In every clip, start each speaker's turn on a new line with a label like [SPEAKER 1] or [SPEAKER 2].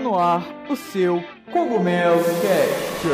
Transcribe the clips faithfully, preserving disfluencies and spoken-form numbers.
[SPEAKER 1] no ar o seu Cogumelo Cast.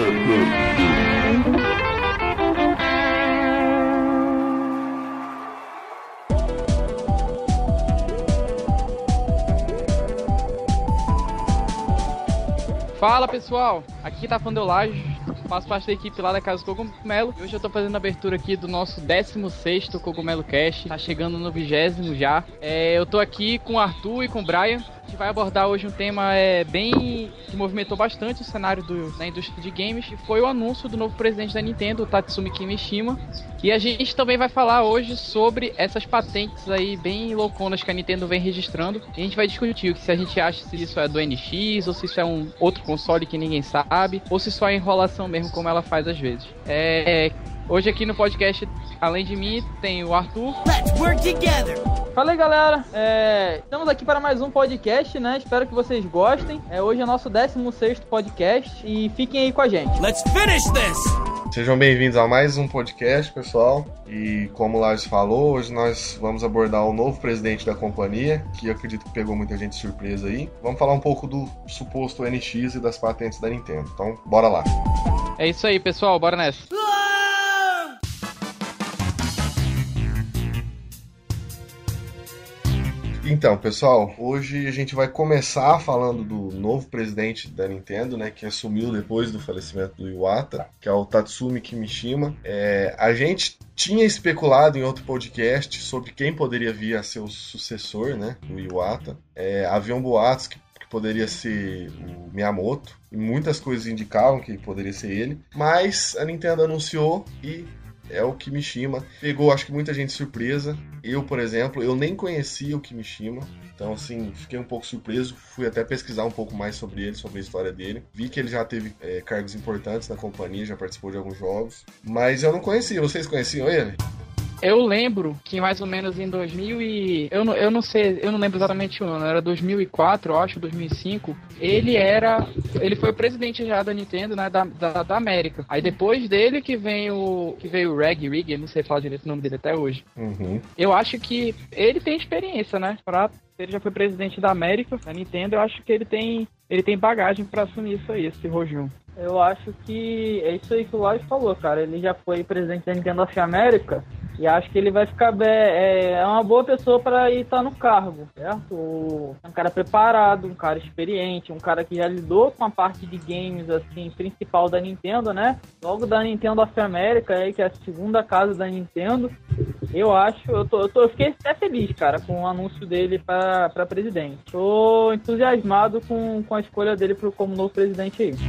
[SPEAKER 2] Fala pessoal, aqui tá falando Laje, faço parte da equipe lá da Casa do Cogumelo. E hoje eu tô fazendo a abertura aqui do nosso décimo sexto Cogumelo Cast, tá chegando no vigésimo já. É, eu tô aqui com o Arthur e com o Brian. A gente vai abordar hoje um tema é, bem que movimentou bastante o cenário do, da indústria de games, que foi o anúncio do novo presidente da Nintendo, o Tatsumi Kimishima. E a gente também vai falar hoje sobre essas patentes aí bem louconas que a Nintendo vem registrando. E a gente vai discutir se a gente acha se isso é do N X, ou se isso é um outro console que ninguém sabe, ou se só é enrolação mesmo, como ela faz às vezes. É... Hoje aqui no podcast, além de mim, tem o Arthur.
[SPEAKER 1] Let's work together. Fala aí, galera. É, estamos aqui para mais um podcast, né? Espero que vocês gostem. É, hoje é nosso décimo sexto podcast e fiquem aí com a gente.
[SPEAKER 3] Let's finish this!
[SPEAKER 4] Sejam bem-vindos a mais um podcast, pessoal. E como o Lars falou, hoje nós vamos abordar o novo presidente da companhia, que eu acredito que pegou muita gente de surpresa aí. Vamos falar um pouco do suposto N X e das patentes da Nintendo. Então, bora lá.
[SPEAKER 2] É isso aí, pessoal. Bora nessa.
[SPEAKER 4] Então, pessoal, hoje a gente vai começar falando do novo presidente da Nintendo, né, que assumiu depois do falecimento do Iwata, que é o Tatsumi Kimishima. É, a gente tinha especulado em outro podcast sobre quem poderia vir a ser o sucessor, né, do Iwata. É, haviam boatos que poderia ser o Miyamoto, e muitas coisas indicavam que poderia ser ele, mas a Nintendo anunciou e é o Kimishima. Pegou, acho que muita gente surpresa. Eu, por exemplo, eu nem conhecia o Kimishima. Então, assim, fiquei um pouco surpreso. Fui até pesquisar um pouco mais sobre ele, sobre a história dele. Vi que ele já teve é, cargos importantes na companhia, já participou de alguns jogos. Mas eu não conhecia. Vocês conheciam ele?
[SPEAKER 2] Eu lembro que mais ou menos em dois mil e... Eu não, eu não sei, eu não lembro exatamente o ano, era dois mil e quatro, eu acho, dois mil e cinco. Ele era... Ele foi o presidente já da Nintendo, né, da, da, da América. Aí depois dele que vem o... Que veio o Reg Rig, eu não sei falar direito o nome dele até hoje.
[SPEAKER 4] Uhum.
[SPEAKER 2] Eu acho que ele tem experiência, né, pra... Ele já foi presidente da América, da Nintendo, eu acho que ele tem... Ele tem bagagem pra assumir isso aí, esse rojão.
[SPEAKER 1] Eu acho que é isso aí que o Lars falou, cara. Ele já foi presidente da Nintendo of America e acho que ele vai ficar bem, é, é uma boa pessoa para ir estar no cargo, certo? É um cara preparado, um cara experiente, um cara que já lidou com a parte de games assim principal da Nintendo, né? Logo da Nintendo of America, aí, que é a segunda casa da Nintendo. Eu acho, eu, tô, eu, tô, eu fiquei até feliz, cara, com o anúncio dele para presidente. Tô entusiasmado com, com a escolha dele pro, como novo presidente aí.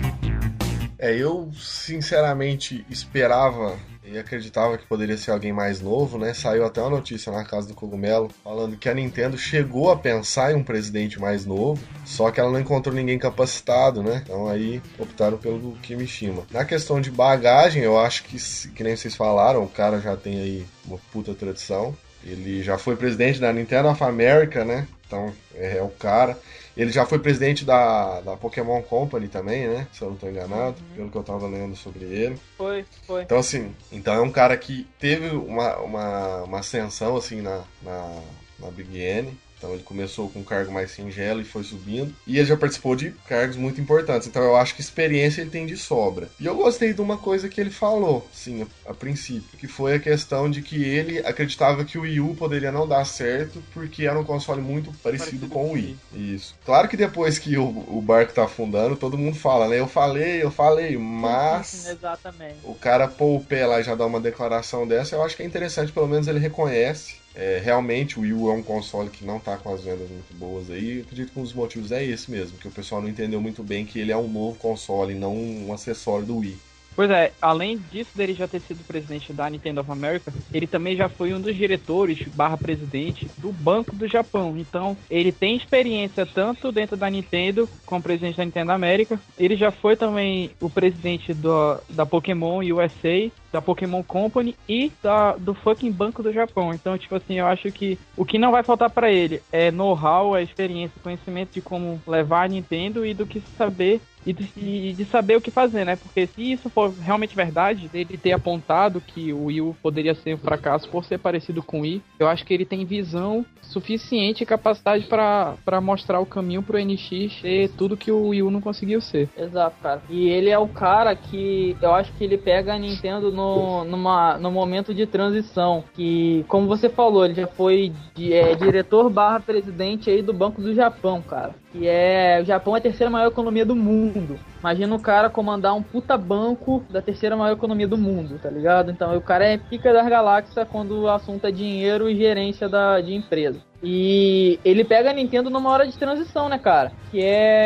[SPEAKER 4] É, eu sinceramente esperava e acreditava que poderia ser alguém mais novo, né? Saiu até uma notícia na Casa do Cogumelo falando que a Nintendo chegou a pensar em um presidente mais novo, só que ela não encontrou ninguém capacitado, né? Então aí optaram pelo Kimishima. Na questão de bagagem, eu acho que, que nem vocês falaram, o cara já tem aí uma puta tradição. Ele já foi presidente da Nintendo of America, né? Então é, é o cara. Ele já foi presidente da, da Pokémon Company também, né? Se eu não estou enganado, uhum. Pelo que eu estava lendo sobre ele.
[SPEAKER 1] Foi, foi.
[SPEAKER 4] Então, assim, então é um cara que teve uma, uma, uma ascensão, assim, na, na, na Big N. Então ele começou com um cargo mais singelo e foi subindo. E ele já participou de cargos muito importantes. Então eu acho que experiência ele tem de sobra. E eu gostei de uma coisa que ele falou, sim, a, a princípio. Que foi a questão de que ele acreditava que o Wii U poderia não dar certo porque era um console muito parecido, parecido com o Wii. Isso. Claro que depois que o, o barco tá afundando, todo mundo fala, né? Eu falei, eu falei, mas...
[SPEAKER 1] Exatamente.
[SPEAKER 4] O cara pôr o pé lá e já dar uma declaração dessa, eu acho que é interessante. Pelo menos ele reconhece. É, realmente o Wii U é um console que não tá com as vendas muito boas aí. Eu acredito que um dos motivos é esse mesmo, que o pessoal não entendeu muito bem que ele é um novo console e não um acessório do Wii.
[SPEAKER 2] Pois é, além disso dele já ter sido presidente da Nintendo of America, ele também já foi um dos diretores barra presidente do Banco do Japão. Então, ele tem experiência tanto dentro da Nintendo como presidente da Nintendo América. Ele já foi também o presidente do, da Pokémon U S A, da Pokémon Company e da, do fucking Banco do Japão. Então, tipo assim, eu acho que o que não vai faltar pra ele é know-how, é experiência, conhecimento de como levar a Nintendo e do que saber e de, e de saber o que fazer, né? Porque se isso for realmente verdade, dele ter apontado que o Wii U poderia ser um fracasso por ser parecido com o Wii, eu acho que ele tem visão suficiente e capacidade pra, pra mostrar o caminho pro N X ser tudo que o Wii U não conseguiu ser.
[SPEAKER 1] Exato, cara. E ele é o cara que eu acho que ele pega a Nintendo no, numa, no momento de transição, que, como você falou, ele já foi de, é, diretor barra presidente aí do Banco do Japão, cara. Que é... O Japão é a terceira maior economia do mundo. Imagina o cara comandar um puta banco da terceira maior economia do mundo, tá ligado? Então o cara é pica das galáxias quando o assunto é dinheiro e gerência da, de empresa. E ele pega a Nintendo numa hora de transição, né, cara? Que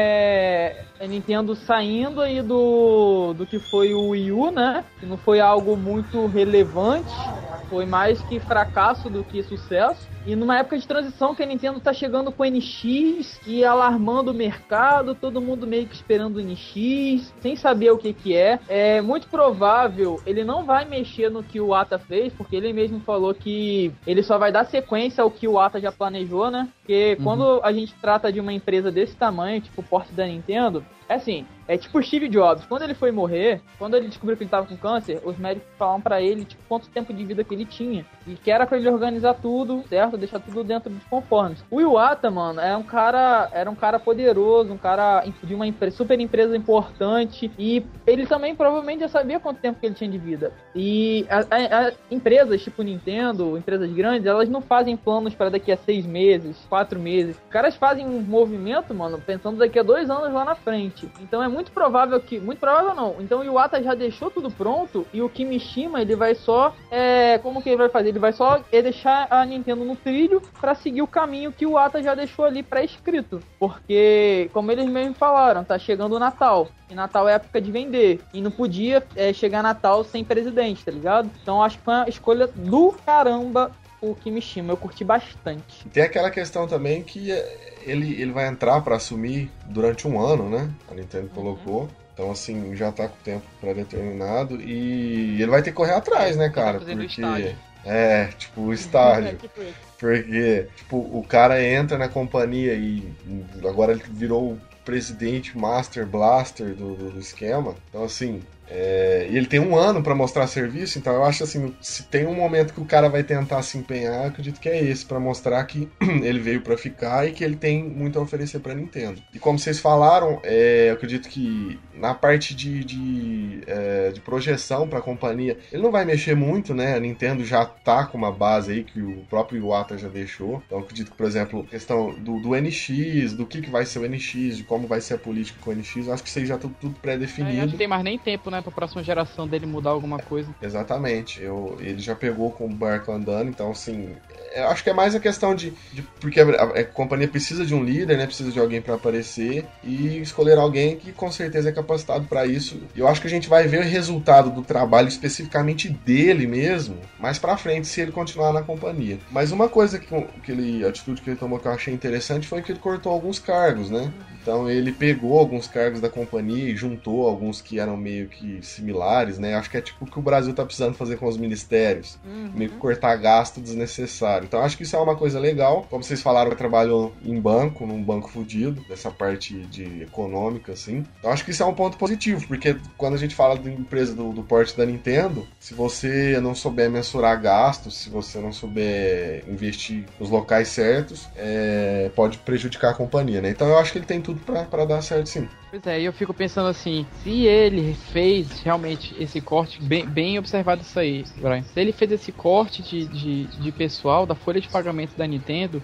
[SPEAKER 1] é a Nintendo saindo aí do, do que foi o Wii U, né? Que não foi algo muito relevante, foi mais que fracasso do que sucesso. E numa época de transição que a Nintendo tá chegando com o N X e alarmando o mercado, todo mundo meio que esperando o N X, sem saber o que que é. É muito provável, ele não vai mexer no que o Iwata fez, porque ele mesmo falou que ele só vai dar sequência ao que o Iwata já planejou, né? Porque uhum. quando a gente trata de uma empresa desse tamanho, tipo o porte da Nintendo, é assim, é tipo o Steve Jobs. Quando ele foi morrer, quando ele descobriu que ele tava com câncer, os médicos falaram pra ele, tipo, quanto tempo de vida que ele tinha. E que era pra ele organizar tudo, certo? Deixar tudo dentro dos conformes. O Iwata, mano, é um cara, era um cara poderoso, um cara de uma empresa, super empresa importante. E ele também provavelmente já sabia quanto tempo que ele tinha de vida. E a, a, a, empresas tipo Nintendo, empresas grandes, elas não fazem planos para daqui a seis meses, quatro meses. Os caras fazem um movimento, mano, pensando daqui a dois anos lá na frente. Então é muito provável que... Muito provável não. Então o Iwata já deixou tudo pronto e o Kimishima, ele vai só... É, como que ele vai fazer? Ele vai só deixar a Nintendo no trilho pra seguir o caminho que o Iwata já deixou ali pré-escrito. Porque, como eles mesmos falaram, tá chegando o Natal. E Natal é época de vender. E não podia é, chegar Natal sem presidente, tá ligado? Então acho que foi uma escolha do caramba o Kimishima. Eu curti bastante.
[SPEAKER 4] Tem aquela questão também que ele, ele vai entrar pra assumir durante um ano, né? A Nintendo colocou. Uhum. Então, assim, já tá com o tempo pré-determinado. E ele vai ter que correr atrás, né, cara?
[SPEAKER 2] Tá fazendo
[SPEAKER 4] porque...
[SPEAKER 2] estágio.
[SPEAKER 4] É, tipo, o estágio. Porque, tipo, o cara entra na companhia e agora ele virou o presidente Master Blaster do, do, do esquema. Então, assim, é, e ele tem um ano pra mostrar serviço, então eu acho assim, se tem um momento que o cara vai tentar se empenhar, eu acredito que é esse, pra mostrar que ele veio pra ficar e que ele tem muito a oferecer pra Nintendo. E como vocês falaram, é, eu acredito que na parte de, de, é, de projeção pra companhia, ele não vai mexer muito, né? A Nintendo já tá com uma base aí que o próprio Iwata já deixou. Então eu acredito que, por exemplo, a questão do, do N X, do que, que vai ser o N X, de como vai ser a política com o N X, eu acho que isso aí já tá tudo pré-definido.
[SPEAKER 2] É, acho que tem mais nem tempo, né, pra próxima geração dele mudar alguma coisa.
[SPEAKER 4] Exatamente. Eu, ele já pegou com o barco andando, então, assim, eu acho que é mais a questão de... de porque a, a, a companhia precisa de um líder, né, precisa de alguém pra aparecer e escolher alguém que com certeza é capacitado pra isso. Eu acho que a gente vai ver o resultado do trabalho especificamente dele mesmo mais pra frente, se ele continuar na companhia. Mas uma coisa que, que ele, a atitude que ele tomou que eu achei interessante foi que ele cortou alguns cargos, né? Então ele pegou alguns cargos da companhia e juntou alguns que eram meio que similares, né? Acho que é tipo o que o Brasil tá precisando fazer com os ministérios. Uhum. Meio que cortar gasto desnecessário. Então acho que isso é uma coisa legal. Como vocês falaram, ele trabalhou em banco, num banco fudido, dessa parte de econômica, assim. Então acho que isso é um ponto positivo, porque quando a gente fala de empresa do, do porte da Nintendo, se você não souber mensurar gastos, se você não souber investir nos locais certos, é, pode prejudicar a companhia, né? Então eu acho que ele tem tudo pra, pra dar certo, sim.
[SPEAKER 2] Pois é, e eu fico pensando assim, se ele fez realmente esse corte, bem, bem observado isso aí, Brian, se ele fez esse corte de, de, de pessoal da folha de pagamento da Nintendo,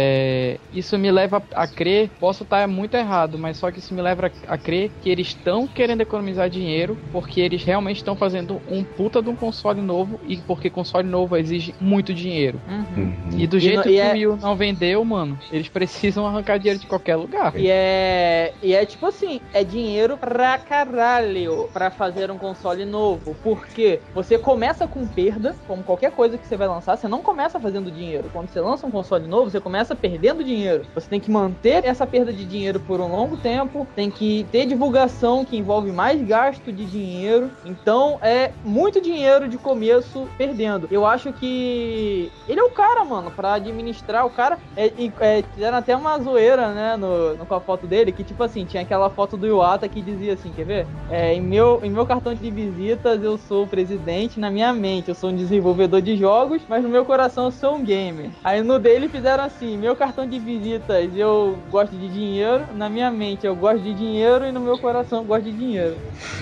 [SPEAKER 2] é, isso me leva a crer, posso estar muito errado, mas só que isso me leva a, a crer que eles estão querendo economizar dinheiro, porque eles realmente estão fazendo um puta de um console novo, e porque console novo exige muito dinheiro. Uhum. E do jeito e, que e o Wii U é... não vendeu, mano, eles precisam arrancar dinheiro de qualquer lugar.
[SPEAKER 1] E é, e é tipo assim, é dinheiro pra caralho pra fazer fazer um console novo, porque você começa com perda, como qualquer coisa que você vai lançar, você não começa fazendo dinheiro. Quando você lança um console novo, você começa perdendo dinheiro. Você tem que manter essa perda de dinheiro por um longo tempo, tem que ter divulgação que envolve mais gasto de dinheiro, então é muito dinheiro de começo perdendo. Eu acho que ele é o cara, mano, pra administrar. O cara, é, é, fizeram até uma zoeira, né, no, no, com a foto dele, que tipo assim, tinha aquela foto do Iwata que dizia assim, quer ver? É, em, meu, em meu cartão de visitas eu sou o presidente, na minha mente eu sou um desenvolvedor de jogos, mas no meu coração eu sou um gamer. Aí no dele fizeram assim, meu cartão de visitas eu gosto de dinheiro, na minha mente eu gosto de dinheiro e no meu coração eu gosto de dinheiro.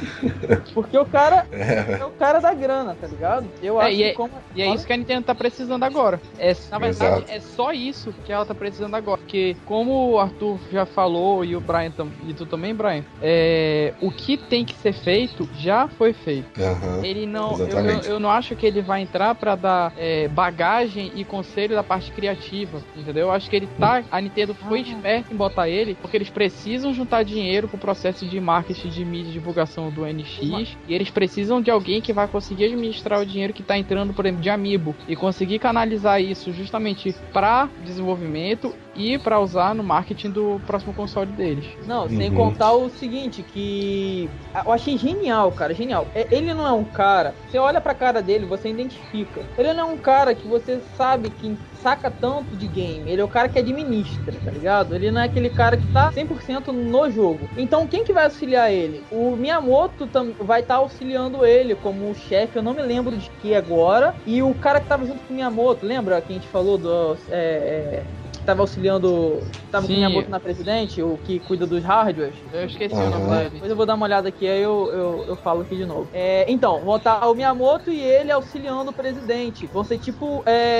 [SPEAKER 1] Porque o cara é, é o cara da grana, tá ligado? Eu
[SPEAKER 2] é,
[SPEAKER 1] acho
[SPEAKER 2] e
[SPEAKER 1] que
[SPEAKER 2] é,
[SPEAKER 1] como...
[SPEAKER 2] E é isso que a Nintendo tá precisando agora. É, na verdade, Exato. é só isso que ela tá precisando agora. Porque, como o Arthur já falou, e o Brian tam, e tu também, Brian, é, o que tem que ser feito já foi feito.
[SPEAKER 4] Uhum,
[SPEAKER 2] ele não, eu, eu, eu não acho que ele vai entrar pra dar é, bagagem e conselho da parte criativa, entendeu? Eu acho que ele tá, a Nintendo foi esperta em botar ele, porque eles precisam juntar dinheiro com o processo de marketing, de mídia e divulgação do N X, uhum. e eles precisam de alguém que vai conseguir administrar o dinheiro que tá entrando, por exemplo, de Amiibo, e conseguir canalizar isso justamente para desenvolvimento e para usar no marketing do próximo console deles.
[SPEAKER 1] Não, sem uhum. contar o seguinte, que eu achei genial, cara, genial. Ele não é um cara, você olha pra cara dele, você identifica. Ele não é um cara que você sabe que saca tanto de game. Ele é o cara que administra, tá ligado? Ele não é aquele cara que tá cem por cento no jogo. Então, quem que vai auxiliar ele? O Miyamoto tam- vai estar tá auxiliando ele como o chefe, eu não me lembro de que agora. E o cara que tava junto com o Miyamoto, lembra que a gente falou do... É, é... tava auxiliando, tava Sim. com o Miyamoto na presidente, o que cuida dos hardwares.
[SPEAKER 2] Eu esqueci
[SPEAKER 1] uhum.
[SPEAKER 2] o nome dele.
[SPEAKER 1] Depois eu vou dar uma olhada aqui, aí eu, eu, eu falo aqui de novo. É, então, vão estar o Miyamoto e ele auxiliando o presidente. Vão ser tipo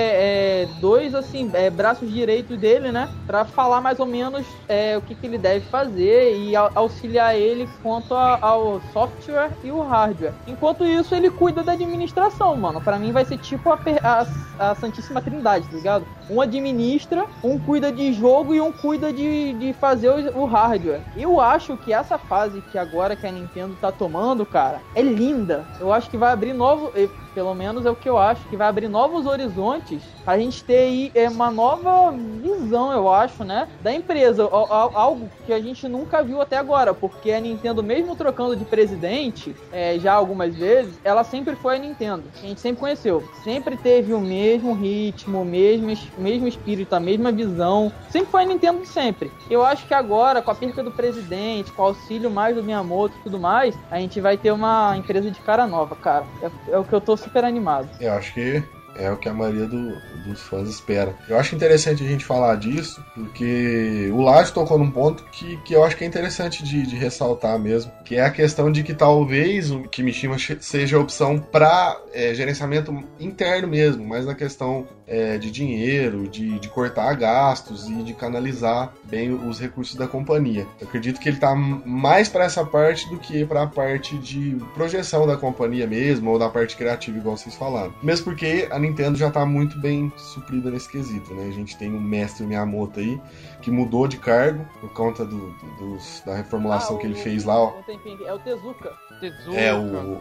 [SPEAKER 1] é, é, dois, assim, é, braços direitos dele, né? Pra falar mais ou menos é, o que, que ele deve fazer e a, auxiliar ele quanto a, ao software e o hardware. Enquanto isso, ele cuida da administração, mano. Pra mim vai ser tipo a, a, a Santíssima Trindade, tá ligado? Um administra, um cuida de jogo e um cuida de, de fazer o, o hardware. Eu acho que essa fase que agora que a Nintendo tá tomando, cara, é linda. Eu acho que vai abrir novo... Pelo menos é o que eu acho, que vai abrir novos horizontes pra gente ter aí é, uma nova visão, eu acho, né, da empresa. Algo que a gente nunca viu até agora, porque a Nintendo, mesmo trocando de presidente, é, já algumas vezes, ela sempre foi a Nintendo. A gente sempre conheceu. Sempre teve o mesmo ritmo, o mesmo, mesmo espírito, a mesma visão. Sempre foi a Nintendo de sempre. Eu acho que agora, com a perca do presidente, com o auxílio mais do Miyamoto e tudo mais, a gente vai ter uma empresa de cara nova, cara. É, é o que eu tô super animado.
[SPEAKER 4] Eu acho que é o que a maioria do, dos fãs espera. Eu acho interessante a gente falar disso, porque o Lage tocou num ponto que, que eu acho que é interessante de, de ressaltar mesmo, que é a questão de que talvez o Kimishima seja a opção para é, gerenciamento interno mesmo, mas na questão é, de dinheiro, de, de cortar gastos e de canalizar bem os recursos da companhia. Eu acredito que ele está mais para essa parte do que para a parte de projeção da companhia mesmo, ou da parte criativa, igual vocês falaram. Mesmo porque a Nintendo já tá muito bem suprida nesse quesito, né? A gente tem o mestre Miyamoto aí, que mudou de cargo por conta do, do, dos, da reformulação ah, que ele o, fez lá, ó.
[SPEAKER 1] É o Tezuka.
[SPEAKER 2] Tezuka.
[SPEAKER 4] É, o...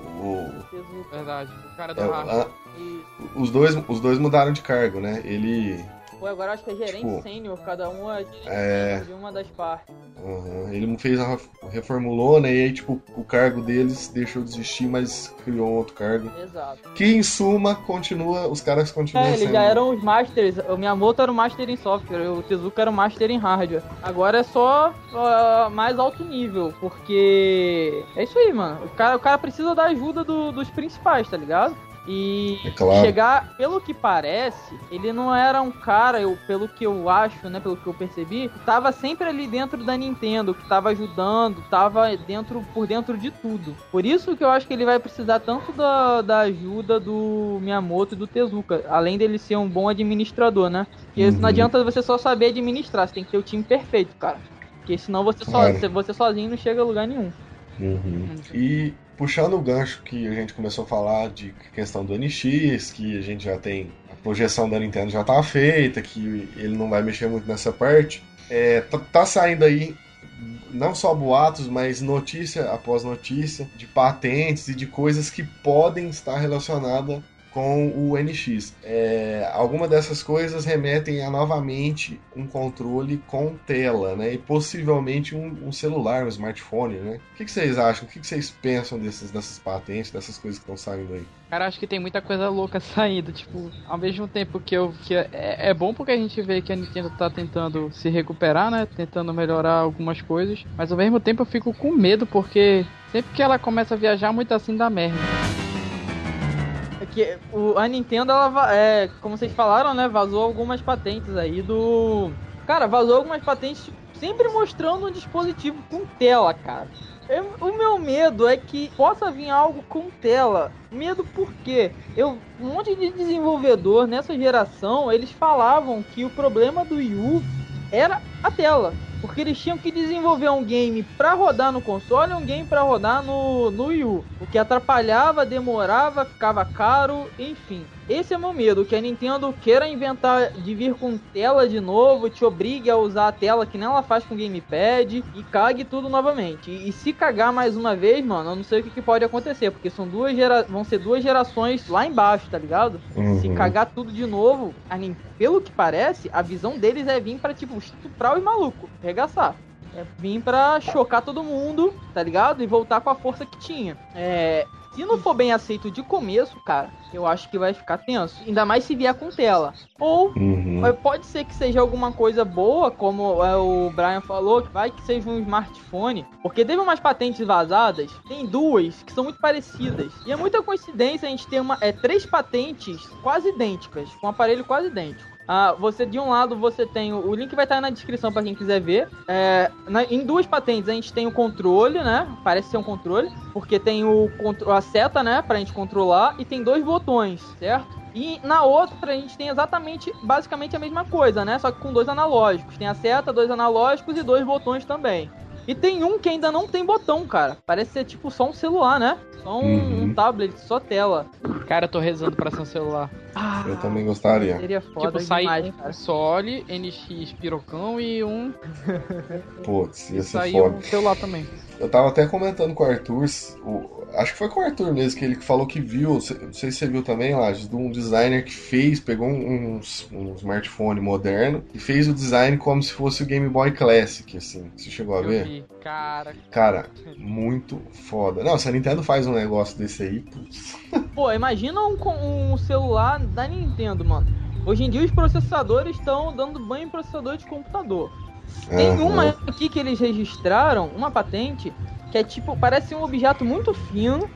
[SPEAKER 4] o
[SPEAKER 2] Tezuka. Verdade, o cara do
[SPEAKER 4] é,
[SPEAKER 2] Hard.
[SPEAKER 4] Os dois, os dois mudaram de cargo, né? Ele...
[SPEAKER 1] Pô, agora acho que é gerente tipo, sênior, cada um é,
[SPEAKER 4] é
[SPEAKER 1] de uma das partes.
[SPEAKER 4] Uhum. Ele fez a reformulou, né? E aí, tipo, o cargo deles deixou de existir, mas criou um outro cargo.
[SPEAKER 1] Exato.
[SPEAKER 4] Que, em suma, continua, os caras continuam
[SPEAKER 1] é,
[SPEAKER 4] sendo...
[SPEAKER 1] eles já eram os masters. O Miyamoto era o master em software, o Tezuka era o master em hardware. Agora é só uh, mais alto nível, porque é isso aí, mano. O cara, o cara precisa da ajuda do, dos principais, tá ligado? E
[SPEAKER 4] é claro.
[SPEAKER 1] Chegar, pelo que parece, ele não era um cara, eu, pelo que eu acho, né, pelo que eu percebi, tava sempre ali dentro da Nintendo, que tava ajudando, tava dentro, por dentro de tudo. Por isso que eu acho que ele vai precisar tanto da, da ajuda do Miyamoto e do Tezuka, além dele ser um bom administrador, né? Porque uhum. não adianta você só saber administrar, você tem que ter o time perfeito, cara. Porque senão você, claro. só, você sozinho não chega a lugar nenhum.
[SPEAKER 4] Uhum. E... puxando o gancho que a gente começou a falar de questão do N X, que a gente já tem, a projeção da Nintendo já tá feita, que ele não vai mexer muito nessa parte, é, tá, tá saindo aí não só boatos, mas notícia após notícia de patentes e de coisas que podem estar relacionadas com o N X. É, alguma dessas coisas remetem a novamente um controle com tela, né? E possivelmente um, um celular, um smartphone, né? O que, que vocês acham? O que, que vocês pensam desses, dessas patentes, dessas coisas que estão saindo aí?
[SPEAKER 2] Cara, acho que tem muita coisa louca saindo, tipo, ao mesmo tempo que eu que é, é bom porque a gente vê que a Nintendo tá tentando se recuperar, né, tentando melhorar algumas coisas, mas ao mesmo tempo eu fico com medo porque sempre que ela começa a viajar muito assim dá merda.
[SPEAKER 1] É que o, a Nintendo, ela, é, como vocês falaram, né, vazou algumas patentes aí do... Cara, vazou algumas patentes sempre mostrando um dispositivo com tela, cara. Eu, o meu medo é que possa vir algo com tela. Medo por quê? Eu, um monte de desenvolvedor nessa geração, eles falavam que o problema do Wii U era a tela. Porque eles tinham que desenvolver um game pra rodar no console e um game pra rodar no, no Wii U. O que atrapalhava, demorava, ficava caro, enfim. Esse é o meu medo, que a Nintendo queira inventar de vir com tela de novo, te obrigue a usar a tela que nem ela faz com o gamepad e cague tudo novamente. E, e se cagar mais uma vez, mano, eu não sei o que, que pode acontecer, porque são duas gera... vão ser duas gerações lá embaixo, tá ligado? Uhum. Se cagar tudo de novo, a Nintendo, pelo que parece, a visão deles é vir pra, tipo, estuprar os malucos, arregaçar. É vir pra chocar todo mundo, tá ligado? E voltar com a força que tinha. É... Se não for bem aceito de começo, cara, eu acho que vai ficar tenso. Ainda mais se vier com tela. Ou uhum. pode ser que seja alguma coisa boa, como é, o Brian falou, que vai que seja um smartphone. Porque teve umas patentes vazadas, tem duas que são muito parecidas. E é muita coincidência a gente ter uma, é, três patentes quase idênticas, com um aparelho quase idêntico. Ah, você de um lado você tem o, o link vai estar aí na descrição para quem quiser ver. É, na, em duas patentes a gente tem o controle, né? Parece ser um controle, porque tem o a seta, né? Pra gente controlar e tem dois botões, certo? E na outra a gente tem exatamente, basicamente a mesma coisa, né? Só que com dois analógicos. Tem a seta, dois analógicos e dois botões também. E tem um que ainda não tem botão, cara. Parece ser tipo só um celular, né? Só um, uhum. um tablet, só tela.
[SPEAKER 2] Cara, eu tô rezando pra ser um celular.
[SPEAKER 4] Ah, eu também gostaria.
[SPEAKER 2] Seria foda tipo, sair demais, um console, N X pirocão e um...
[SPEAKER 4] Putz, ia ser
[SPEAKER 2] sair
[SPEAKER 4] foda.
[SPEAKER 2] um celular também.
[SPEAKER 4] Eu tava até comentando com o Arthur, o, acho que foi com o Arthur mesmo, que ele falou que viu, não sei se você viu também lá, de um designer que fez, pegou um, um, um smartphone moderno e fez o design como se fosse o Game Boy Classic, assim. Você chegou a
[SPEAKER 2] eu
[SPEAKER 4] ver?
[SPEAKER 2] Vi. Cara...
[SPEAKER 4] Cara, muito foda. Não, se a Nintendo faz um negócio desse aí... Putz.
[SPEAKER 1] Pô, imagina um, um celular da Nintendo, mano. Hoje em dia os processadores estão dando banho em processador de computador. Tem uhum. uma aqui que eles registraram, uma patente, que é tipo, parece um objeto muito fino,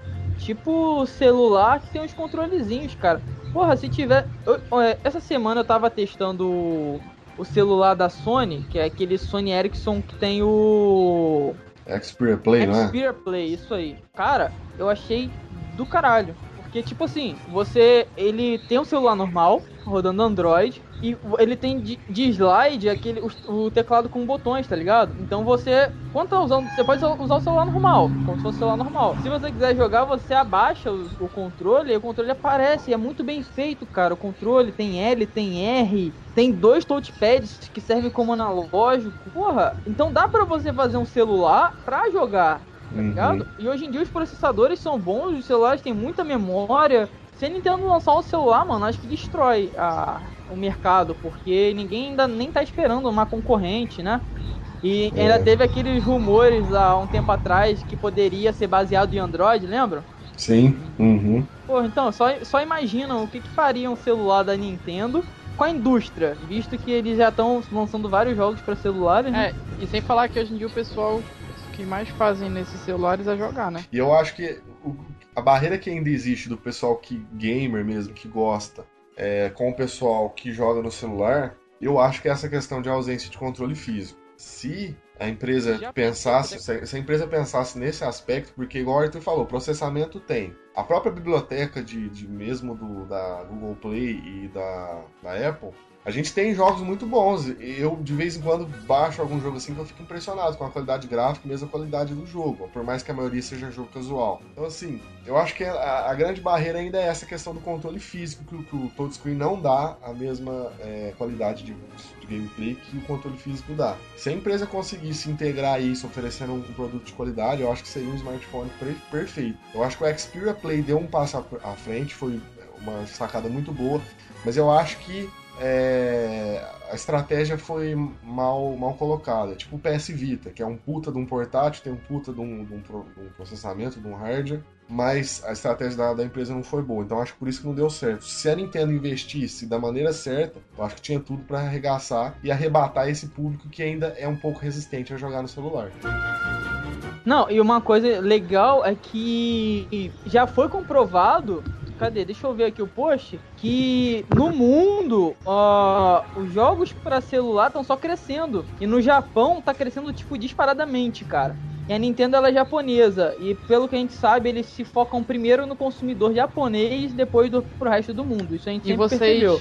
[SPEAKER 1] tipo celular, que tem uns controlezinhos, cara. Porra, se tiver... Eu, essa semana eu tava testando o, o celular da Sony, que é aquele Sony Ericsson que tem o...
[SPEAKER 4] Xperia Play, não é?
[SPEAKER 1] Xperia Play, isso aí. Cara, eu achei do caralho. Porque, tipo assim, você... Ele tem um celular normal, rodando Android, e ele tem de, de slide aquele, o, o teclado com botões, tá ligado? Então você... Quando tá usando... Você pode usar o celular normal, como se fosse o celular normal. Se você quiser jogar, você abaixa o, o controle e o controle aparece. E é muito bem feito, cara. O controle tem L, tem R... Tem dois touchpads que servem como analógico. Porra, então dá pra você fazer um celular pra jogar, tá ligado? Uhum. E hoje em dia os processadores são bons, os celulares têm muita memória. Se a Nintendo lançar um celular, mano, acho que destrói a, o mercado, porque ninguém ainda nem tá esperando uma concorrente, né? E é. ainda teve aqueles rumores há um tempo atrás que poderia ser baseado em Android, lembra?
[SPEAKER 4] Sim. Uhum.
[SPEAKER 1] Pô, então, só, só imaginam o que, que faria um celular da Nintendo com a indústria, visto que eles já estão lançando vários jogos para celulares, né?
[SPEAKER 2] É, e sem falar que hoje em dia o pessoal que mais fazem nesses celulares é jogar, né?
[SPEAKER 4] E eu acho que o, a barreira que ainda existe do pessoal que gamer mesmo, que gosta, é, com o pessoal que joga no celular, eu acho que é essa questão de ausência de controle físico. Se a empresa já pensasse, pensou, se a empresa pensasse nesse aspecto, porque igual o Arthur falou, processamento tem. A própria biblioteca de, de mesmo do, da Google Play e da, da Apple, a gente tem jogos muito bons. Eu, de vez em quando, baixo algum jogo assim que eu fico impressionado com a qualidade gráfica e mesmo a qualidade do jogo, por mais que a maioria seja jogo casual. Então, assim, eu acho que a, a grande barreira ainda é essa questão do controle físico, que, que o touchscreen não dá a mesma é, qualidade de, de gameplay que o controle físico dá. Se a empresa conseguisse integrar isso oferecendo um produto de qualidade, eu acho que seria um smartphone perfeito. Eu acho que o Xperia Play deu um passo à frente, foi uma sacada muito boa, mas eu acho que é, a estratégia foi mal, mal colocada. Tipo o P S Vita, que é um puta de um portátil, tem um puta de um, de um, de um processamento, de um hardware, mas a estratégia da, da empresa não foi boa. Então acho que por isso que não deu certo. Se a Nintendo investisse da maneira certa, eu acho que tinha tudo para arregaçar e arrebatar esse público que ainda é um pouco resistente a jogar no celular.
[SPEAKER 1] Não, e uma coisa legal é que já foi comprovado, cadê? Deixa eu ver aqui o post, que no mundo uh, os jogos para celular estão só crescendo. E no Japão tá crescendo tipo disparadamente, cara. E a Nintendo ela é japonesa, e pelo que a gente sabe, eles se focam primeiro no consumidor japonês, depois do, pro resto do mundo. Isso a gente
[SPEAKER 2] e
[SPEAKER 1] sempre
[SPEAKER 2] vocês,
[SPEAKER 1] percebeu.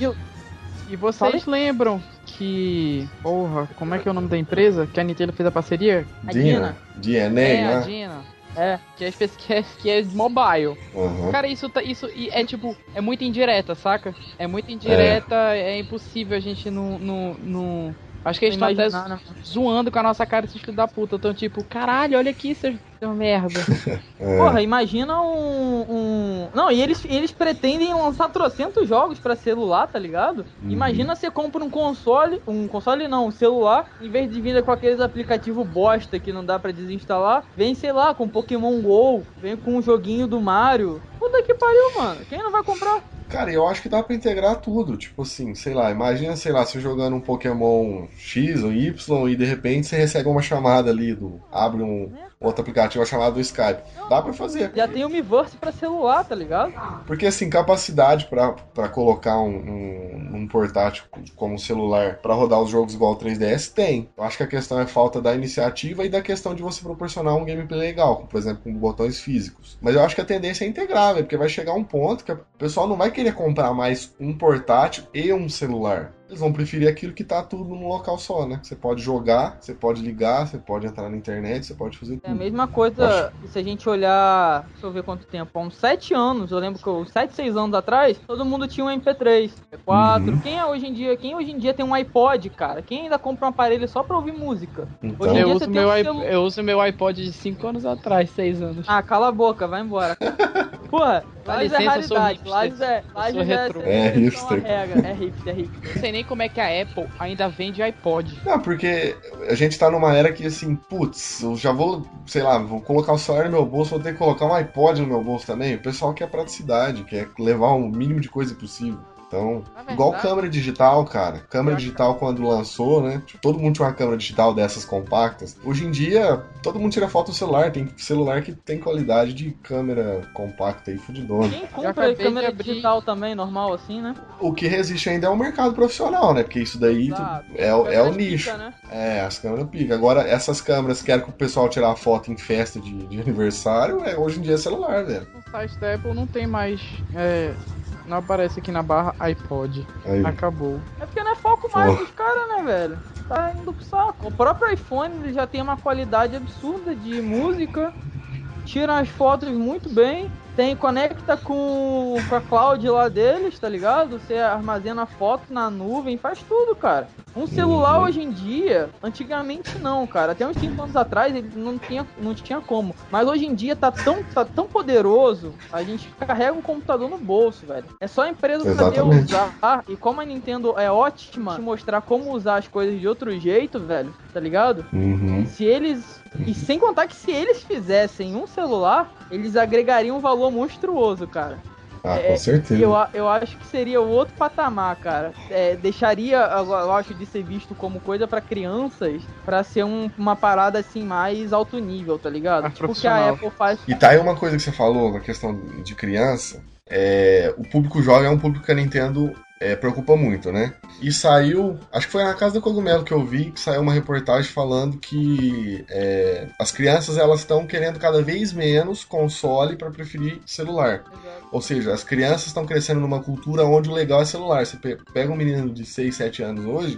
[SPEAKER 2] E, e vocês Fala? lembram que... Porra, como é que é o nome da empresa? Que a Nintendo fez a parceria?
[SPEAKER 1] A Dina.
[SPEAKER 4] D N A,
[SPEAKER 2] é,
[SPEAKER 4] né?
[SPEAKER 2] a Dina. É, que é, que é, que é mobile.
[SPEAKER 4] Uhum.
[SPEAKER 2] Cara, isso, tá, isso é tipo, é muito indireta, saca? É muito indireta, é, é impossível a gente não... não, não... Acho que eles estão até zo- zoando com a nossa cara esses filhos da puta. Então, tipo, caralho, olha aqui, seus merda.
[SPEAKER 1] É. Porra, imagina um, um... Não, e eles, eles pretendem lançar trocentos jogos pra celular, tá ligado? Uhum. Imagina você compra um console, um console não, um celular, em vez de vir com aqueles aplicativos bosta que não dá pra desinstalar, vem, sei lá, com Pokémon GO, vem com um joguinho do Mario. Puta que pariu, mano. Quem não vai comprar?
[SPEAKER 4] Cara, eu acho que dá pra integrar tudo. Tipo assim, sei lá, imagina, sei lá, você jogando um Pokémon X ou Y e de repente você recebe uma chamada ali do... Abre um outro aplicativo chamado do Skype. Dá pra fazer.
[SPEAKER 1] Já tem o Miiverse pra celular, tá ligado?
[SPEAKER 4] Porque assim, capacidade pra, pra colocar um, um, um portátil como celular pra rodar os jogos igual ao três D S tem. Eu acho que a questão é falta da iniciativa e da questão de você proporcionar um gameplay legal, como, por exemplo, com botões físicos. Mas eu acho que a tendência é integrar, véio, porque vai chegar um ponto que o pessoal não vai querer comprar mais um portátil e um celular. Eles vão preferir aquilo que tá tudo num local só, né? Você pode jogar, você pode ligar, você pode entrar na internet, você pode fazer tudo.
[SPEAKER 1] É a mesma coisa, acho... se a gente olhar, deixa eu ver quanto tempo, há uns sete anos, eu lembro que uns sete, seis anos atrás, todo mundo tinha um M P três, M P quatro. Uhum. Quem é hoje em dia? Quem hoje em dia tem um iPod, cara? Quem ainda compra um aparelho só pra ouvir música?
[SPEAKER 2] Então... Hoje em eu, dia uso meu um celu... eu uso meu iPod de cinco anos atrás, seis anos.
[SPEAKER 1] Ah, cala a boca, vai embora. Porra, Lages é raridade, Lages é... Lages é,
[SPEAKER 4] é, é hipster.
[SPEAKER 1] Regra. É hipster, é hipster.
[SPEAKER 2] Não sei nem como é que a Apple ainda vende iPod.
[SPEAKER 4] Não, porque a gente tá numa era que assim, putz, eu já vou, sei lá, vou colocar o celular no meu bolso, vou ter que colocar um iPod no meu bolso também. O pessoal quer praticidade, quer levar o mínimo de coisa possível. Então, igual câmera digital, cara. Câmera digital quando lançou, né? Tipo, todo mundo tinha uma câmera digital dessas compactas. Hoje em dia, todo mundo tira foto do celular. Tem celular que tem qualidade de câmera compacta e fudidona.
[SPEAKER 1] Quem compra câmera digital também, normal assim, né?
[SPEAKER 4] O que resiste ainda é o mercado profissional, né? Porque isso daí
[SPEAKER 1] Exato.
[SPEAKER 4] é, é o nicho.
[SPEAKER 1] Pica, né?
[SPEAKER 4] É, as câmeras pica. Agora, essas câmeras que querem que o pessoal tirar foto em festa de, de aniversário, é, hoje em dia é celular, velho.
[SPEAKER 2] No site da Apple não tem mais... É... Não aparece aqui na barra iPod. Aí. Acabou.
[SPEAKER 1] É porque não é foco mais oh. dos caras, né, velho? Tá indo pro saco. O próprio iPhone ele já tem uma qualidade absurda de música. Tira as fotos muito bem. Tem, conecta com, com a cloud lá deles, tá ligado? Você armazena foto na nuvem, faz tudo, cara. Um celular hoje em dia, antigamente não, cara. Até uns cinco anos atrás ele não tinha, não tinha como. Mas hoje em dia tá tão, tá tão poderoso, a gente carrega um computador no bolso, velho. É só a empresa saber usar. E como a Nintendo é ótima de mostrar como usar as coisas de outro jeito, velho, tá ligado?
[SPEAKER 4] Uhum.
[SPEAKER 1] Se eles... E sem contar que se eles fizessem um celular, eles agregariam um valor monstruoso, cara.
[SPEAKER 4] Ah,
[SPEAKER 1] é,
[SPEAKER 4] com certeza.
[SPEAKER 1] Eu, eu acho que seria o outro patamar, cara. É, deixaria, eu acho, de ser visto como coisa pra crianças, pra ser um, uma parada assim mais alto nível, tá ligado? Tipo o que a Apple faz.
[SPEAKER 4] E tá aí uma coisa que você falou, na questão de criança. É, o público jovem é um público que a Nintendo é, preocupa muito, né? E saiu, acho que foi na Casa do Cogumelo que eu vi, que saiu uma reportagem falando que é, as crianças elas estão querendo cada vez menos console para preferir celular. Exato. Ou seja, as crianças estão crescendo numa cultura onde o legal é celular. Você pega um menino de seis, sete anos hoje,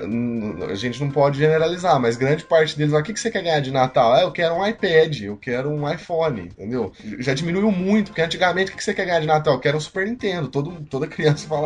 [SPEAKER 4] a gente não pode generalizar, mas grande parte deles, o que você quer ganhar de Natal? Ah, eu quero um iPad, eu quero um iPhone, entendeu? Já diminuiu muito, porque antigamente o que você quer ganhar de Natal? Eu quero um Super Nintendo, todo, toda criança falava isso.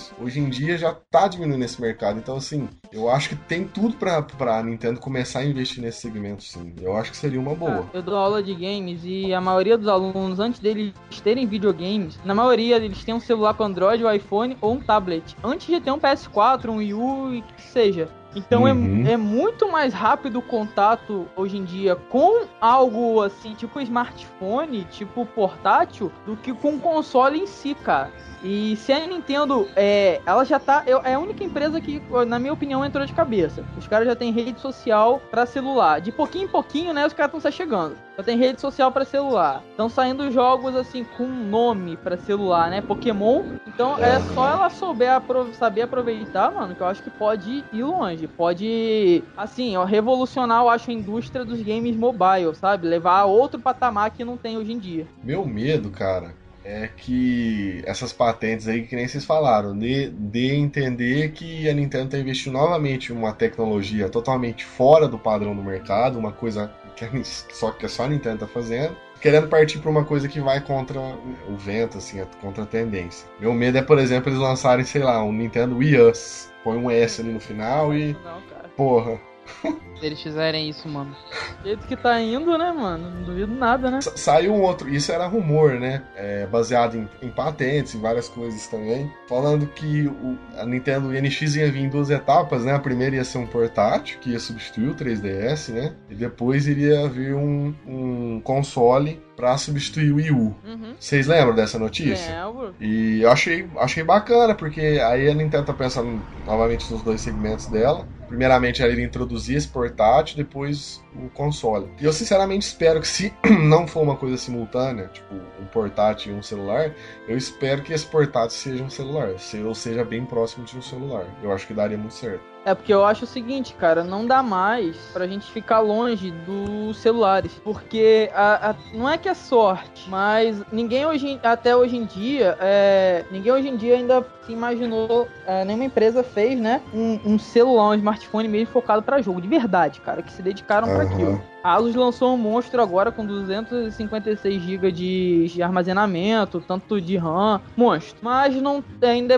[SPEAKER 4] jogos, hoje em dia já tá diminuindo esse mercado. Então, assim, eu acho que tem tudo pra, pra Nintendo começar a investir nesse segmento, sim. Eu acho que seria uma boa.
[SPEAKER 1] Ah, eu dou aula de games e a maioria dos alunos, antes deles terem videogames, na maioria eles têm um celular com Android, um iPhone ou um tablet. Antes de ter um P S quatro, um Wii U e que seja. Então uhum. é, é muito mais rápido o contato hoje em dia com algo assim, tipo smartphone, tipo portátil, do que com o console em si, cara. E se a Nintendo, é, ela já tá, é a única empresa que, na minha opinião, entrou de cabeça. Os caras já têm rede social pra celular. De pouquinho em pouquinho, né, os caras estão se chegando. Já tem rede social pra celular. Estão saindo jogos, assim, com nome pra celular, né, Pokémon. Então é só ela souber apro- saber aproveitar, mano, que eu acho que pode ir longe. Pode, assim, ó, revolucionar, eu acho, a indústria dos games mobile, sabe? Levar a outro patamar que não tem hoje em dia.
[SPEAKER 4] Meu medo, cara, é que essas patentes aí, que nem vocês falaram, dê, dê a entender que a Nintendo tá investindo novamente em uma tecnologia totalmente fora do padrão do mercado, uma coisa que, a, só, que só a Nintendo tá fazendo, querendo partir para uma coisa que vai contra o vento, assim, contra a tendência. Meu medo é, por exemplo, eles lançarem, sei lá, um Nintendo Wii U, põe um S ali no final e...
[SPEAKER 1] Não, cara.
[SPEAKER 4] Porra...
[SPEAKER 2] Se eles fizerem isso, mano.
[SPEAKER 1] Do jeito que tá indo, né, mano? Não duvido nada, né?
[SPEAKER 4] Saiu um outro, isso era rumor, né? É, baseado em, em patentes, em várias coisas também. Falando que o, a Nintendo N X ia vir em duas etapas, né? A primeira ia ser um portátil, que ia substituir o três D S, né? E depois iria vir um, um console pra substituir o Wii U. Uhum. Vocês lembram dessa notícia?
[SPEAKER 1] Lembro.
[SPEAKER 4] E eu achei, achei bacana, porque aí a Nintendo tá pensando novamente nos dois segmentos dela. Primeiramente, ela iria introduzir esse portátil, depois o console. E eu sinceramente espero que, se não for uma coisa simultânea, tipo um portátil e um celular, eu espero que esse portátil seja um celular, ou seja bem próximo de um celular. Eu acho que daria muito certo.
[SPEAKER 1] É porque eu acho o seguinte, cara, não dá mais pra gente ficar longe dos celulares, porque a, a, não é que é sorte, mas ninguém hoje, até hoje em dia, é, ninguém hoje em dia ainda se imaginou, é, nenhuma empresa fez, né, um, um celular, um smartphone mesmo focado pra jogo, de verdade, cara, que se dedicaram uhum. pra aquilo. A Asus lançou um monstro agora com duzentos e cinquenta e seis gigas de, de armazenamento, tanto de RAM, monstro. Mas não ainda é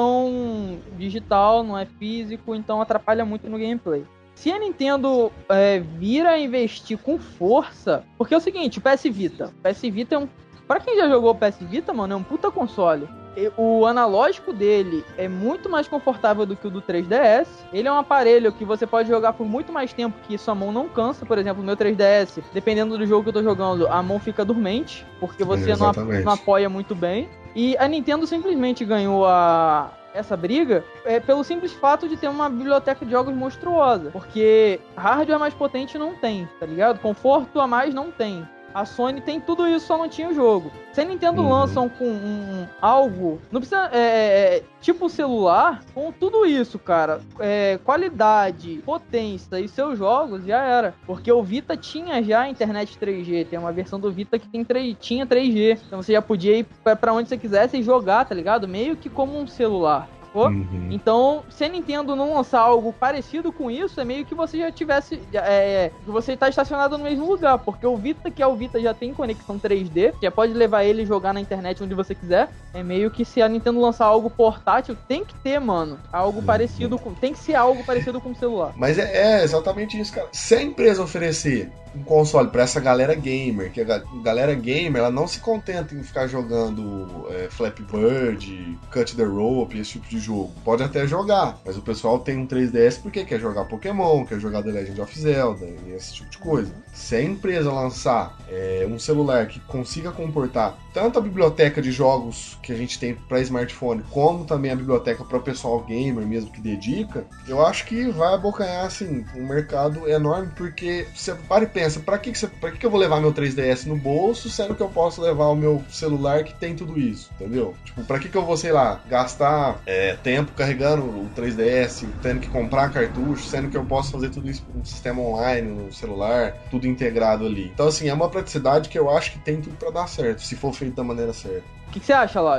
[SPEAKER 1] botão digital, não é físico, então atrapalha muito no gameplay. Se a Nintendo é, vir a investir com força... Porque é o seguinte, o P S Vita. O P S Vita é um... Pra quem já jogou o P S Vita, mano, é um puta console. O analógico dele é muito mais confortável do que o do três D S. Ele é um aparelho que você pode jogar por muito mais tempo que sua mão não cansa. Por exemplo, o meu três D S, dependendo do jogo que eu tô jogando, a mão fica dormente, porque você é, não, não apoia muito bem. E a Nintendo simplesmente ganhou a... essa briga é pelo simples fato de ter uma biblioteca de jogos monstruosa. Porque hardware mais potente não tem, tá ligado? Conforto a mais não tem. A Sony tem tudo isso, só não tinha o jogo. Se a Nintendo uhum. lançam com um, algo... Não precisa... É, é, tipo celular, com tudo isso, cara. É, qualidade, potência e seus jogos, já era. Porque o Vita tinha já internet três G. Tem uma versão do Vita que tem três, tinha três G. Então você já podia ir pra onde você quisesse e jogar, tá ligado? Meio que como um celular. Uhum. Então, se a Nintendo não lançar algo parecido com isso, é meio que você já tivesse... É, que você tá estacionado no mesmo lugar, porque o Vita, que é o Vita, já tem conexão três D, já pode levar ele e jogar na internet onde você quiser. É meio que se a Nintendo lançar algo portátil, tem que ter, mano, algo uhum. parecido com... Tem que ser algo parecido com o celular.
[SPEAKER 4] Mas é, é exatamente isso, cara. Se a empresa oferecer um console pra essa galera gamer, que a galera gamer, ela não se contenta em ficar jogando é, Flappy Bird, Cut the Rope, esse tipo de jogo. Pode até jogar, mas o pessoal tem um três D S porque quer jogar Pokémon, quer jogar The Legend of Zelda e esse tipo de coisa. Se a empresa lançar é, um celular que consiga comportar tanto a biblioteca de jogos que a gente tem para smartphone, como também a biblioteca para o pessoal gamer mesmo que dedica, eu acho que vai abocanhar assim, um mercado enorme, porque você para e pensa, para que, que, você, pra que, que eu vou levar meu três D S no bolso, sendo que eu posso levar o meu celular que tem tudo isso, entendeu? Tipo, para que, que eu vou, sei lá, gastar é, tempo carregando o três D S, tendo que comprar cartucho, sendo que eu posso fazer tudo isso no sistema online, no celular, tudo integrado ali. Então, assim, é uma praticidade que eu acho que tem tudo para dar certo, se for feito da maneira certa.
[SPEAKER 1] O que, que você acha, Laje?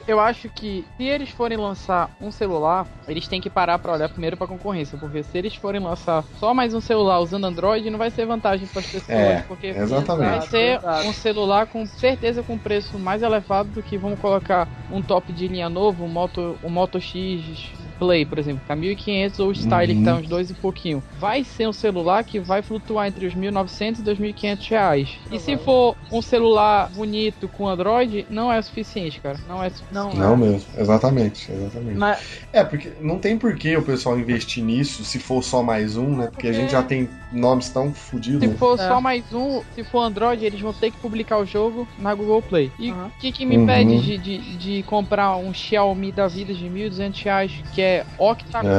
[SPEAKER 2] Eu acho que se eles forem lançar um celular, eles têm que parar pra olhar primeiro pra concorrência, porque se eles forem lançar só mais um celular usando Android, não vai ser vantagem pras pessoas,
[SPEAKER 4] É,
[SPEAKER 2] porque
[SPEAKER 4] exatamente.
[SPEAKER 2] vai ser
[SPEAKER 1] Exato.
[SPEAKER 2] um celular com certeza com preço mais elevado do que vamos colocar um top de linha novo, um Moto, um Moto X Play, por exemplo, tá mil e quinhentos, ou o Style,
[SPEAKER 4] Uhum.
[SPEAKER 2] que tá uns dois e pouquinho. Vai ser um celular que vai flutuar entre os mil e novecentos e dois mil e quinhentos reais. E se for um celular bonito com Android, não é o suficiente, cara. Não é suficiente.
[SPEAKER 1] Não,
[SPEAKER 4] Não mesmo, exatamente, exatamente.
[SPEAKER 1] Mas,
[SPEAKER 4] É, porque não tem por que o pessoal investir nisso se for só mais um, né? Porque a gente já tem nomes tão fodidos.
[SPEAKER 2] Se
[SPEAKER 4] Né?
[SPEAKER 2] for
[SPEAKER 1] É.
[SPEAKER 2] só mais um, se for Android, eles vão ter que publicar o jogo na Google Play. E o
[SPEAKER 1] Uhum.
[SPEAKER 2] que, que me
[SPEAKER 4] Uhum.
[SPEAKER 2] impede de, de, de comprar um Xiaomi da vida de mil e duzentos reais, que é octa-core,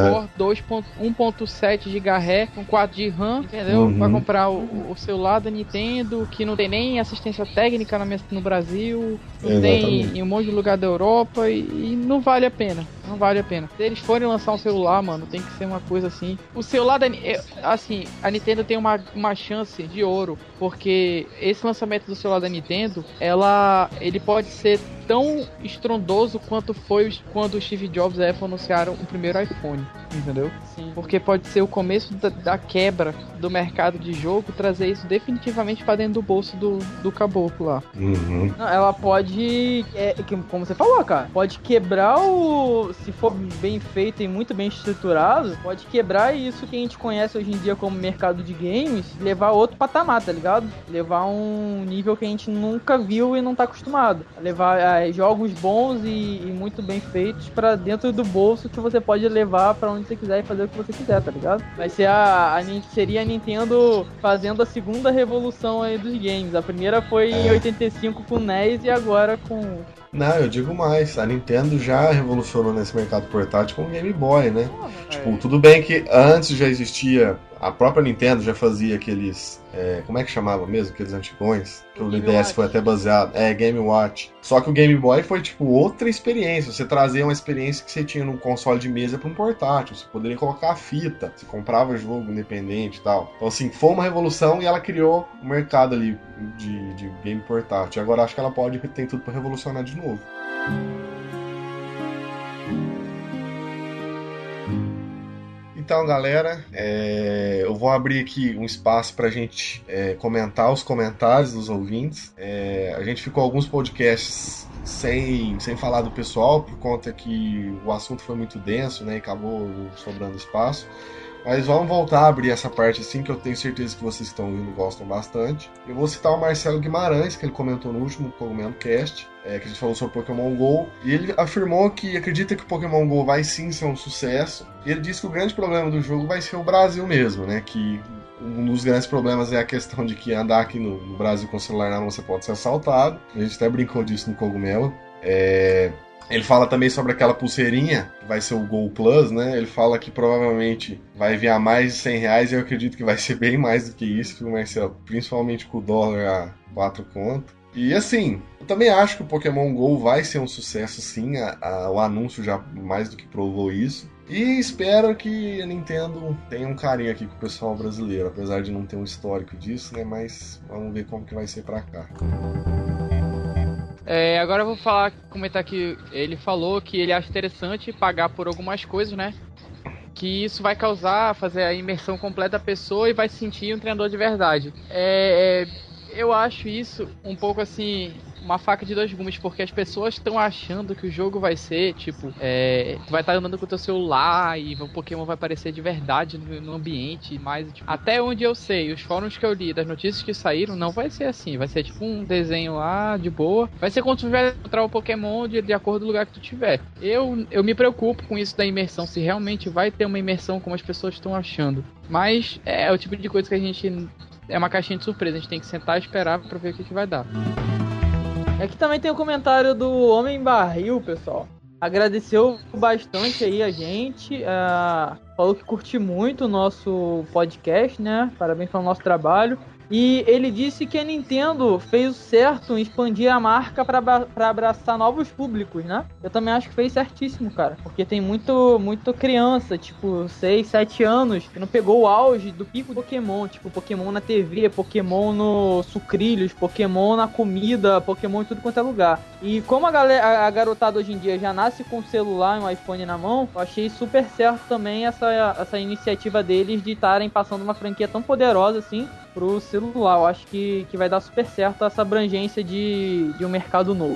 [SPEAKER 2] um ponto sete gigahertz, com quatro de RAM, entendeu?
[SPEAKER 4] Uhum.
[SPEAKER 2] Pra comprar o, o celular da Nintendo, que não tem nem assistência técnica na minha- no Brasil, não
[SPEAKER 4] Exatamente.
[SPEAKER 2] tem em um monte de lugar da Europa, e, e não vale a pena. Não vale a pena. Se eles forem lançar um celular, mano, tem que ser uma coisa assim. O celular da Ni- é, assim, a Nintendo tem uma, uma chance de ouro, porque esse lançamento do celular da Nintendo, ela, ele pode ser tão estrondoso quanto foi os- quando o Steve Jobs e a Apple anunciaram o primeiro iPhone, entendeu?
[SPEAKER 1] sim.
[SPEAKER 2] Porque pode ser o começo da, da quebra do mercado de jogo, trazer isso definitivamente pra dentro do bolso do, do caboclo lá.
[SPEAKER 4] Uhum.
[SPEAKER 1] Não, ela pode, é, que- como você falou, cara, pode quebrar o, se for bem feito e muito bem estruturado, pode quebrar isso que a gente conhece hoje em dia como mercado de games, levar a outro patamar, tá ligado? Levar um nível que a gente nunca viu e não tá acostumado. Levar é, jogos bons e, e muito bem feitos pra dentro do bolso que você pode levar pra onde você quiser e fazer o que você quiser, tá ligado? Vai ser a, a Nin- seria a Nintendo fazendo a segunda revolução aí dos games. A primeira foi em
[SPEAKER 4] É.
[SPEAKER 1] oitenta e cinco com o N E S e agora com
[SPEAKER 4] Não, eu digo mais, a Nintendo já revolucionou nesse mercado portátil com o Game Boy, né? Tipo, tudo bem que antes já existia, a própria Nintendo já fazia aqueles, é, como é que chamava mesmo, aqueles antigões, que o
[SPEAKER 1] Game
[SPEAKER 4] D S
[SPEAKER 1] Watch.
[SPEAKER 4] foi até baseado, é, Game Watch. Só que o Game Boy foi, tipo, outra experiência, você trazia uma experiência que você tinha num console de mesa para um portátil, você poderia colocar a fita, você comprava jogo independente e tal. Então, assim, foi uma revolução e ela criou um mercado ali de, de game portátil. Agora acho que ela pode, tem tudo para revolucionar de novo. Então, galera, é, eu vou abrir aqui um espaço para a gente é, comentar os comentários dos ouvintes. É, a gente ficou alguns podcasts sem, sem falar do pessoal, por conta que o assunto foi muito denso, né, e acabou sobrando espaço. Mas vamos voltar a abrir essa parte assim, que eu tenho certeza que vocês que estão ouvindo gostam bastante. Eu vou citar o Marcelo Guimarães, que ele comentou no último Cogumelo Cast, é, que a gente falou sobre Pokémon GO, e ele afirmou que acredita que o Pokémon GO vai sim ser um sucesso, e ele disse que o grande problema do jogo vai ser o Brasil mesmo, né, que um dos grandes problemas é a questão de que andar aqui no, no Brasil com o celular na mão você pode ser assaltado, a gente até brincou disso no Cogumelo. É... Ele fala também sobre aquela pulseirinha, que vai ser o Go Plus, né? Ele fala que provavelmente vai vir a mais de cem reais, e eu acredito que vai ser bem mais do que isso, viu, Marcelo? Principalmente com o dólar a quatro conto. E assim, eu também acho que o Pokémon GO vai ser um sucesso, sim. A, a, o anúncio já mais do que provou isso. E espero que a Nintendo tenha um carinho aqui com o pessoal brasileiro, apesar de não ter um histórico disso, né? Mas vamos ver como que vai ser pra cá.
[SPEAKER 2] É, agora eu vou falar, comentar que ele falou que ele acha interessante pagar por algumas coisas, né? Que isso vai causar, fazer a imersão completa da pessoa e vai se sentir um treinador de verdade. É, é, eu acho isso um pouco assim, uma faca de dois gumes, porque as pessoas estão achando que o jogo vai ser, tipo, é, tu vai estar andando com o teu celular e o Pokémon vai aparecer de verdade no, no ambiente, mas tipo, até onde eu sei, os fóruns que eu li, das notícias que saíram, não vai ser assim, vai ser tipo um desenho lá, de boa, vai ser quando tu vai encontrar o Pokémon de, de acordo com o lugar que tu tiver. Eu, eu me preocupo com isso da imersão, se realmente vai ter uma imersão como as pessoas estão achando, mas é o tipo de coisa que a gente, é uma caixinha de surpresa, a gente tem que sentar e esperar pra ver o que, que vai dar.
[SPEAKER 1] Aqui também tem o comentário do Homem Barril, pessoal. Agradeceu bastante aí a gente. Uh, falou que curte muito o nosso podcast, né? Parabéns pelo nosso trabalho. E ele disse que a Nintendo fez o certo em expandir a marca para abraçar novos públicos, né? Eu também acho que fez certíssimo, cara. Porque tem muito, muito criança, tipo, seis, sete anos, que não pegou o auge do pico do Pokémon. Tipo, Pokémon na T V, Pokémon no sucrilhos, Pokémon na comida, Pokémon em tudo quanto é lugar. E como a, galera, a garotada hoje em dia já nasce com o celular e um iPhone na mão, eu achei super certo também essa, essa iniciativa deles de estarem passando uma franquia tão poderosa assim pro celular. Eu acho que, que vai dar super certo essa abrangência de, de um mercado novo.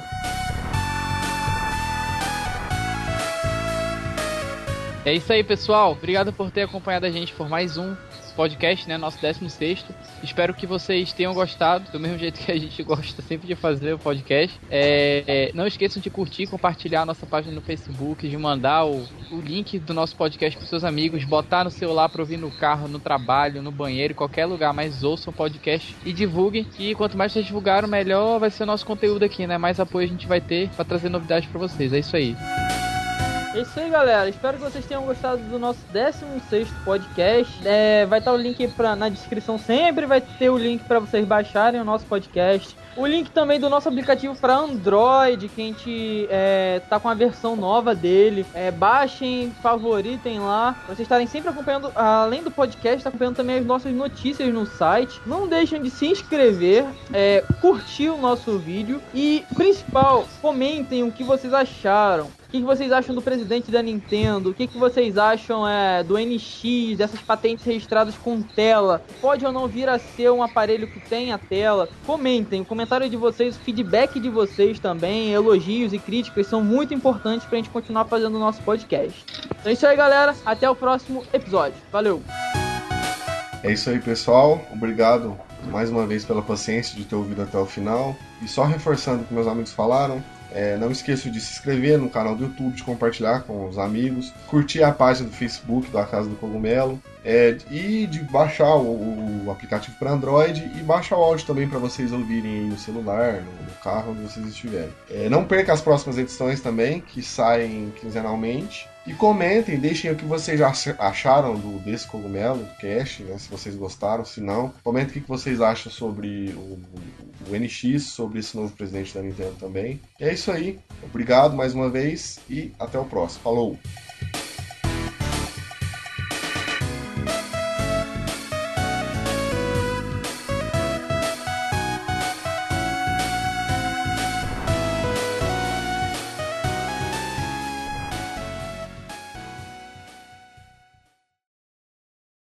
[SPEAKER 2] É isso aí, pessoal. Obrigado por ter acompanhado a gente por mais um podcast, né? Nosso décimo sexto. Espero que vocês tenham gostado, do mesmo jeito que a gente gosta sempre de fazer o podcast. É, é, não esqueçam de curtir, compartilhar a nossa página no Facebook, de mandar o, o link do nosso podcast para seus amigos, botar no celular para ouvir no carro, no trabalho, no banheiro, em qualquer lugar, mas ouçam o podcast e divulguem. E quanto mais vocês divulgarem, melhor vai ser o nosso conteúdo aqui, né? Mais apoio a gente vai ter para trazer novidades para vocês. É isso aí.
[SPEAKER 1] É isso aí, galera. Espero que vocês tenham gostado do nosso décimo sexto podcast. É, vai estar o link pra, na descrição sempre. Vai ter o link para vocês baixarem o nosso podcast. O link também do nosso aplicativo para Android, que a gente é, tá com a versão nova dele. É, baixem, favoritem lá. Pra vocês estarem sempre acompanhando, além do podcast, tá acompanhando também as nossas notícias no site. Não deixem de se inscrever, é, curtir o nosso vídeo e, principal, comentem o que vocês acharam. O que, que vocês acham do presidente da Nintendo? O que, que vocês acham é, do N X, dessas patentes registradas com tela? Pode ou não vir a ser um aparelho que tem a tela? Comentem, o comentário de vocês, o feedback de vocês também, elogios e críticas são muito importantes pra gente continuar fazendo o nosso podcast. Então é isso aí, galera. Até o próximo episódio. Valeu!
[SPEAKER 4] É isso aí, pessoal. Obrigado mais uma vez pela paciência de ter ouvido até o final. E só reforçando o que meus amigos falaram, É, não esqueça de se inscrever no canal do YouTube, de compartilhar com os amigos, curtir a página do Facebook da Casa do Cogumelo, é, e de baixar o, o aplicativo para Android e baixar o áudio também para vocês ouvirem aí no celular, no, no carro, onde vocês estiverem. É, não perca as próximas edições também, que saem quinzenalmente. E comentem, deixem o que vocês já acharam do, desse cogumelo, do cast, né, se vocês gostaram, se não. Comentem o que vocês acham sobre o, o N X, sobre esse novo presidente da Nintendo também. E é isso aí. Obrigado mais uma vez e até o próximo. Falou!